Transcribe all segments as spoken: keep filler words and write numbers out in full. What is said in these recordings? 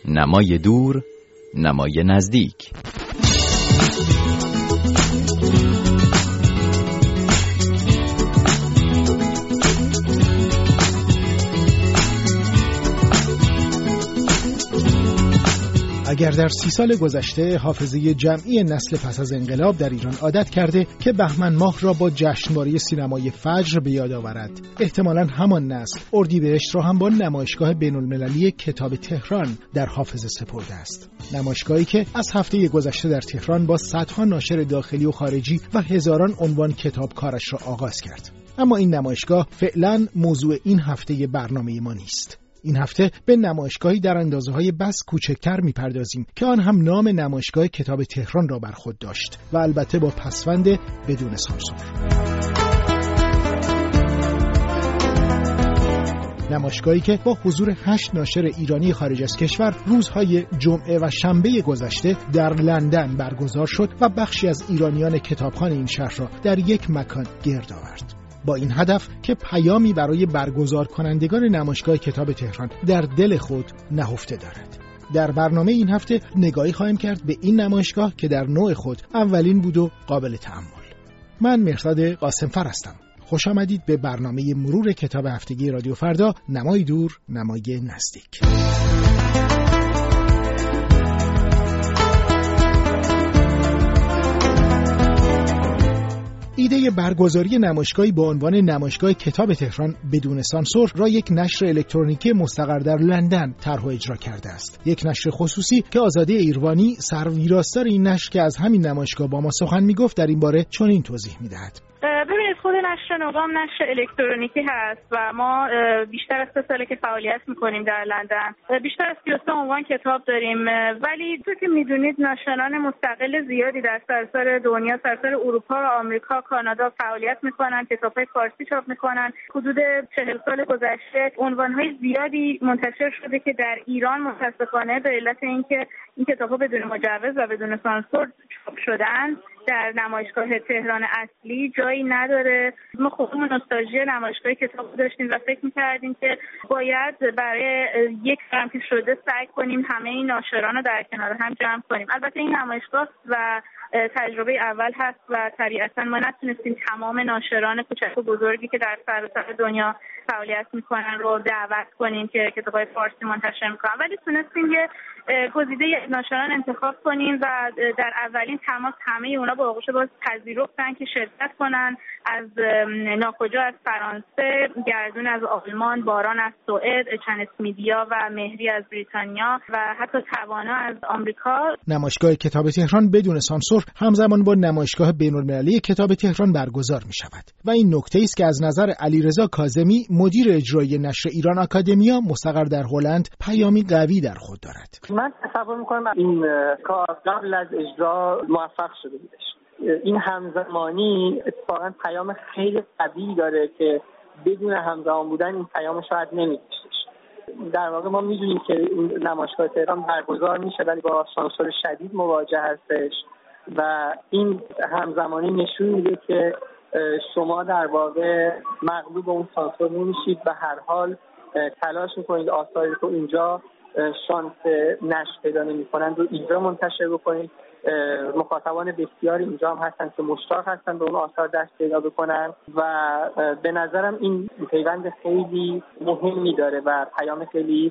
نمای دور، نمای نزدیک. اگر در سی سال گذشته حافظه جمعی نسل پس از انقلاب در ایران عادت کرده که بهمن ماه را با جشنواره سینمای فجر به یاد آورد، احتمالاً همان نسل اردیبهشت را هم با نمایشگاه بین‌المللی کتاب تهران در حافظه سپرده است. نمایشگاهی که از هفته گذشته در تهران با صدها ناشر داخلی و خارجی و هزاران عنوان کتاب کارش را آغاز کرد. اما این نمایشگاه فعلاً موضوع این هفته برنامه ما نیست. این هفته به نمایشگاهی در اندازه‌های بس کوچکتر می‌پردازیم که آن هم نام نمایشگاه کتاب تهران را بر خود داشت و البته با پسوند بدون سانسور. نمایشگاهی که با حضور هشت ناشر ایرانی خارج از کشور روزهای جمعه و شنبه گذشته در لندن برگزار شد و بخشی از ایرانیان کتابخوان این شهر را در یک مکان گرد آورد، با این هدف که پیامی برای برگزار کنندگان نمایشگاه کتاب تهران در دل خود نهفته دارد. در برنامه این هفته نگاهی خواهیم کرد به این نمایشگاه که در نوع خود اولین بود و قابل تأمل. من مهرداد قاسمفر هستم. خوش آمدید به برنامه مرور کتاب هفتگی رادیو فردا، نمای دور، نمای نزدیک. ایده برگزاری نمایشگاهی با عنوان نمایشگاه کتاب تهران بدون سانسور را یک نشر الکترونیکی مستقر در لندن طرح و اجرا کرده است. یک نشر خصوصی که آزاده ایروانی، سرویراستار این نشر که از همین نمایشگاه با ما سخن میگفت، در این باره چنین توضیح میدهد. ببینید، خود نشر نقام نشر الکترونیکی هست و ما بیشتر از سه ساله که فعالیت میکنیم در لندن. بیشتر از سی و سه عنوان کتاب داریم، ولی تو که میدونید ناشران مستقل زیادی در سراسر دنیا، سراسر اروپا و آمریکا، کانادا فعالیت میکنن، کتاب‌های فارسی چاپ میکنن. حدود چهل سال گذشته عنوان‌های زیادی منتشر شده که در ایران متأسفانه به علت اینکه این کتاب‌ها بدون مجوز و بدون سانسور چاپ شدن در نمایشگاه تهران اصلی جایی نداره. ما خودمون نوستالژی نمایشگاه کتاب داشتیم و فکر می‌کردیم که باید برای یک هم که شده سعی کنیم همه این ناشران رو در کنار هم جمع کنیم. البته این نمایشگاه و تجربه اول هست و طبیعتاً ما نتونستیم تمام ناشران کوچک و بزرگی که در سراسر دنیا فعالیت میکنن رو دعوت کنیم که کتاب‌های فارسی منتشر میکنن، ولی تونستیم یه گزیده ناشران انتخاب کنیم و در اولین تماس همه اونا با آغوش باز پذیرفتن که شرکت کنن. از ناکجا از فرانسه، گردون از آلمان، باران از سوئد، اچنس میدیا و مهری از بریتانیا و حتی توانا از آمریکا. نمایشگاه کتاب تهران بدون سانسور همزمان با نمایشگاه بین‌المللی کتاب تهران برگزار می شود و این نکته است که از نظر علیرضا کاظمی، مدیر اجرایی نشر ایران آکادمیا مستقر در هلند، پیامی قوی در خود دارد. من تصور می‌کنم این کار قبل از اجرا موفق شده بودش. این همزمانی اتفاقا پیام خیلی قوی داره که بدون همزمان بودن این پیام شاید نمی‌داشتش. در واقع ما می‌دونیم که این نمایشگاه تهران برگزار میشه ولی با سانسور شدید مواجه هستش و این همزمانی نشون میده که شما در واقع مغلوب اون سانسور نمیشید و هر حال تلاش میکنید آثاری که اونجا شانس نشر پیدا نمی‌کنند رو اینجا منتشر بکنید. مخاطبان بسیاری اینجا هم هستن که مشتاق هستن به اون آثار دست پیدا بکنن و به نظرم این پیوند خیلی مهمی داره و پیام خیلی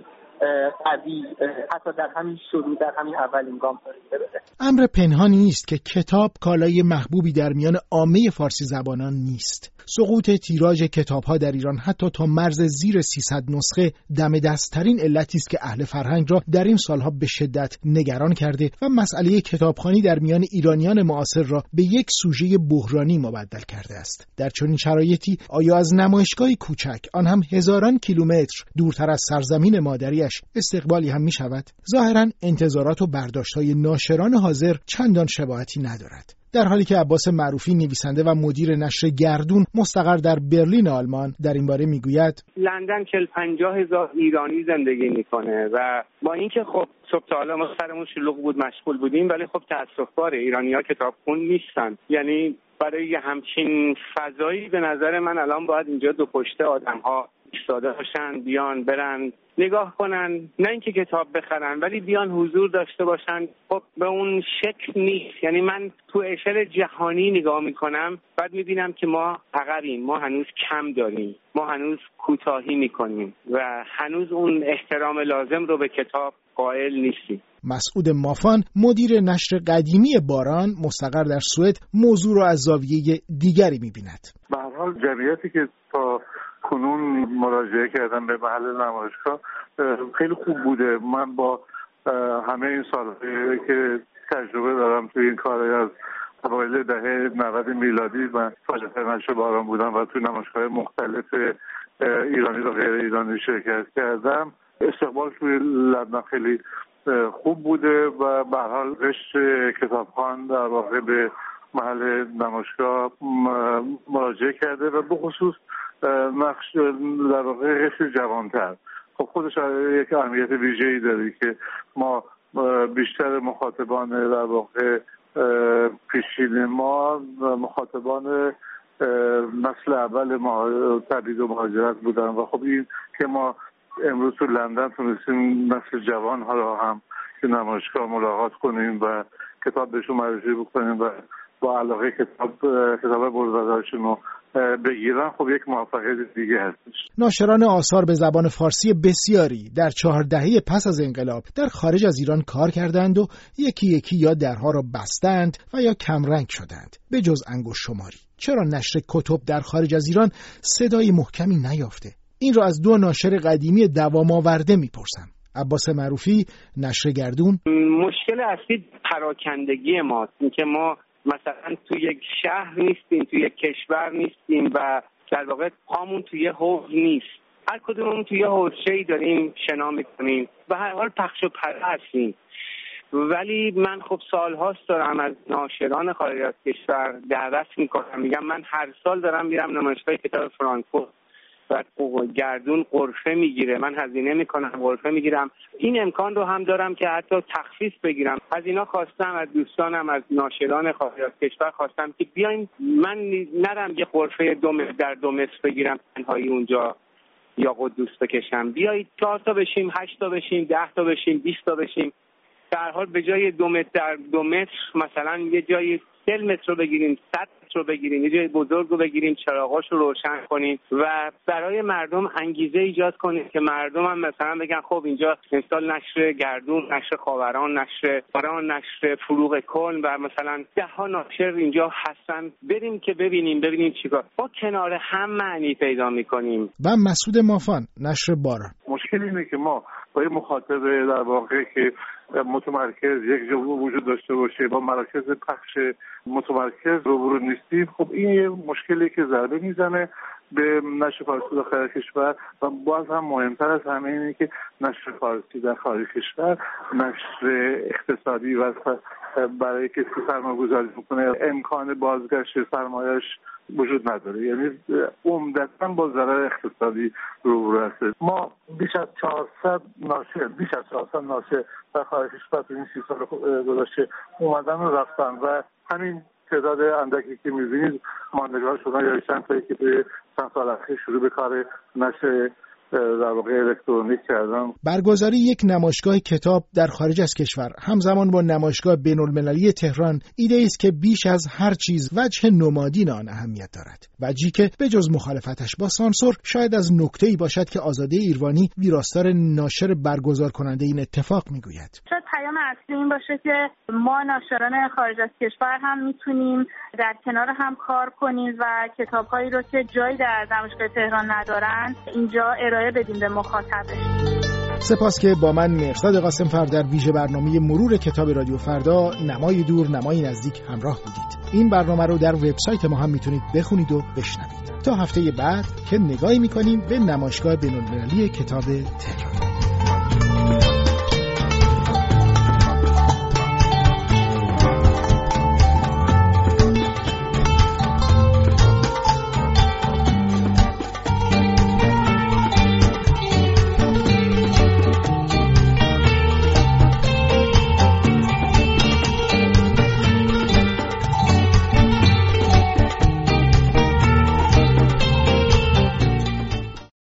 قوی حتی در همین شروع، در همین اولین گام بده. امر پنهانی نیست که کتاب کالای محبوبی در میان عامه فارسی زبانان نیست. سقوط تیراژ کتاب‌ها در ایران حتی تا مرز زیر سیصد نسخه دم دست‌ترین علتی است که اهل فرهنگ را در این سالها به شدت نگران کرده و مسئله کتابخوانی در میان ایرانیان معاصر را به یک سوژه بحرانی مبدل کرده است. در چنین شرایطی آیا از نمایشگاهی کوچک، آن هم هزاران کیلومتر دورتر از سرزمین مادریش، استقبالی هم می شود؟ ظاهراً انتظارات و برداشت‌های ناشران حاضر چندان شباهتی ندارد. در حالی که عباس معروفی، نویسنده و مدیر نشر گردون مستقر در برلین آلمان، در این باره میگوید لندن چهل پنجاه هزار ایرانی زندگی میکنه و با اینکه خب صبح تا حالا ما سرمون شلوغ بود، مشغول بودیم، ولی خب تأسف باره ایرانی‌ها کتابخون نیستن. یعنی برای همچین فضایی به نظر من الان باید اینجا دو پشته آدم‌ها ایستاده باشن، بیان برن نگاه کنن، نه اینکه کتاب بخرن ولی بیان حضور داشته باشن. خب به اون شکل نیست. یعنی من تو اشل جهانی نگاه میکنم، بعد میبینم که ما عقبیم، ما هنوز کم داریم، ما هنوز کوتاهی میکنیم و هنوز اون احترام لازم رو به کتاب قائل نیستیم. مسعود مافان، مدیر نشر قدیمی باران مستقر در سوئد، موضوع را از زاویه دیگری می‌بیند. به هر حال جمعیتی که تا کنون مراجعه کردن به محل نمایشگاه خیلی خوب بوده. من با همه این سال‌هایی که تجربه دارم توی این کار، از اوایل دهه نود میلادی من فعال نشر باران بودم و توی نمایشگاه مختلف ایرانی و غیر ایرانی شرکت کردم. استقبال توی لندن خیلی خوب بوده و به هر حال رشته کتابخوان در واقع به محل نمایشگاه مراجعه کرده و به خصوص نقش در واقع رشته جوانتر. خب خودش یک اهمیت ویژه‌ای داره که ما بیشتر مخاطبان در واقع پیشین ما مخاطبان نسل اول تبعید و مهاجرت بودن و خب این که ما امروز تو لندن تونستیم نسل جوان ها رو هم که نمایشگاه ملاقات کنیم و کتاب بهشون معرفی بکنیم و با علاقه کتاب کتاب برداشتشون رو بگیرن، خب یک موفقیت دیگه هستش. ناشران آثار به زبان فارسی بسیاری در چهار دهه پس از انقلاب در خارج از ایران کار کردند و یکی یکی یا درها را بستند و یا کمرنگ شدند. به جز انگشت شماری. چرا نشر کتب در خارج از ایران صدای محکمی نیافته؟ این را از دو ناشر قدیمی دوام آورده میپرسم. عباس معروفی، نشر گردون. مشکل اصلی پراکندگی ماست، اینکه ما مثلا تو یک شهر نیستیم، تو یک کشور نیستیم و در واقع پامون توی حوض نیست. هر کدوممون توی حوضچه‌ای داریم شنا میکنیم و هر حال پخش و پلا هستیم. ولی من خب سالهاست دارم از ناشران خارج از کشور دعوت میکنم، میگم من هر سال دارم میرم نمایشگاه کتاب فرانکفورت و گردون قرفه میگیره، من هزینه میکنم قرفه میگیرم. این امکان رو هم دارم که حتی تخفیف بگیرم. از اینا خواستم، از دوستانم، از ناشران خارج از کشور خواستم که بیاین، من نرم یه قرفه دو متر در دو متر بگیرم تنهایی اونجا یا قدوس بکشم. بیایید چهار تا بشیم، هشت تا بشیم، ده تا بشیم، بیست تا بشیم. در حال به جای دو متر در دو متر مثلا یه جایی چهل متر رو بگیریم، صد متر رو بگیریم، یه جای بزرگ رو بگیریم، چراغاش رو روشن کنیم و برای مردم انگیزه ایجاد کنیم که مردم هم مثلا بگن خب اینجا امسال نشر گردون، نشر خاوران، نشر فران، نشر فروغ کلن و مثلا ده ها ناشر اینجا هستن، بریم که ببینیم ببینیم چیکار. ما کنار هم معنی پیدا میکنیم. و مسعود مافان، نشر باران. مشکل اینه که ما با یه مخاطب در واقع که متمرکز یک جا وجود داشته باشه با مراکز پخش متمرکز روبرو نیستیم. خب این یه مشکلی که ضربه میزنه به نشر فارسی داخل کشور و باز هم مهمتر از همه اینه که نشر فارسی در خارج کشور نشر اقتصادی و برای کسی که سرمایه‌گذاری میکنه امکان بازگشت سرمایه‌اش وجود نداره، یعنی عمدتاً با ضرر اقتصادی روبرو هست. ما بیش از چهارصد ناشر بیش از چهارصد ناشر در خارج کشور تو این سی سال گذشته اومدن و رفتن و همین تعداد اندکی که می‌بینید ماندگار شدن یا چند تایی که به چند سال اخیر شروع به کار نشر در واقع الکترونیک کردن. برگزاری یک نمایشگاه کتاب در خارج از کشور همزمان با نمایشگاه بین‌المللی تهران ایده است که بیش از هر چیز وجه نمادین آن اهمیت دارد. وجهی که به جز مخالفتش با سانسور شاید از نکته‌ای باشد که آزاده ایروانی ویراستار ناشر برگزار کننده این اتفاق میگوید. شاید پیام اصلی این باشه که ما ناشران خارج از کشور هم میتونیم در کنار هم کار کنیم و کتاب‌هایی رو که جایی در نمایشگاه تهران ندارن اینجا ارائه بدیم به مخاطبش. سپاس که با من مهرزاد قاسم‌فر در ویژه برنامه مرور کتاب رادیو فردا نمای دور نمای نزدیک همراه بودید. این برنامه رو در وبسایت ما هم میتونید بخونید و بشنوید. تا هفته بعد که نگاهی میکنیم به نمایشگاه بین‌المللی کتاب تهران.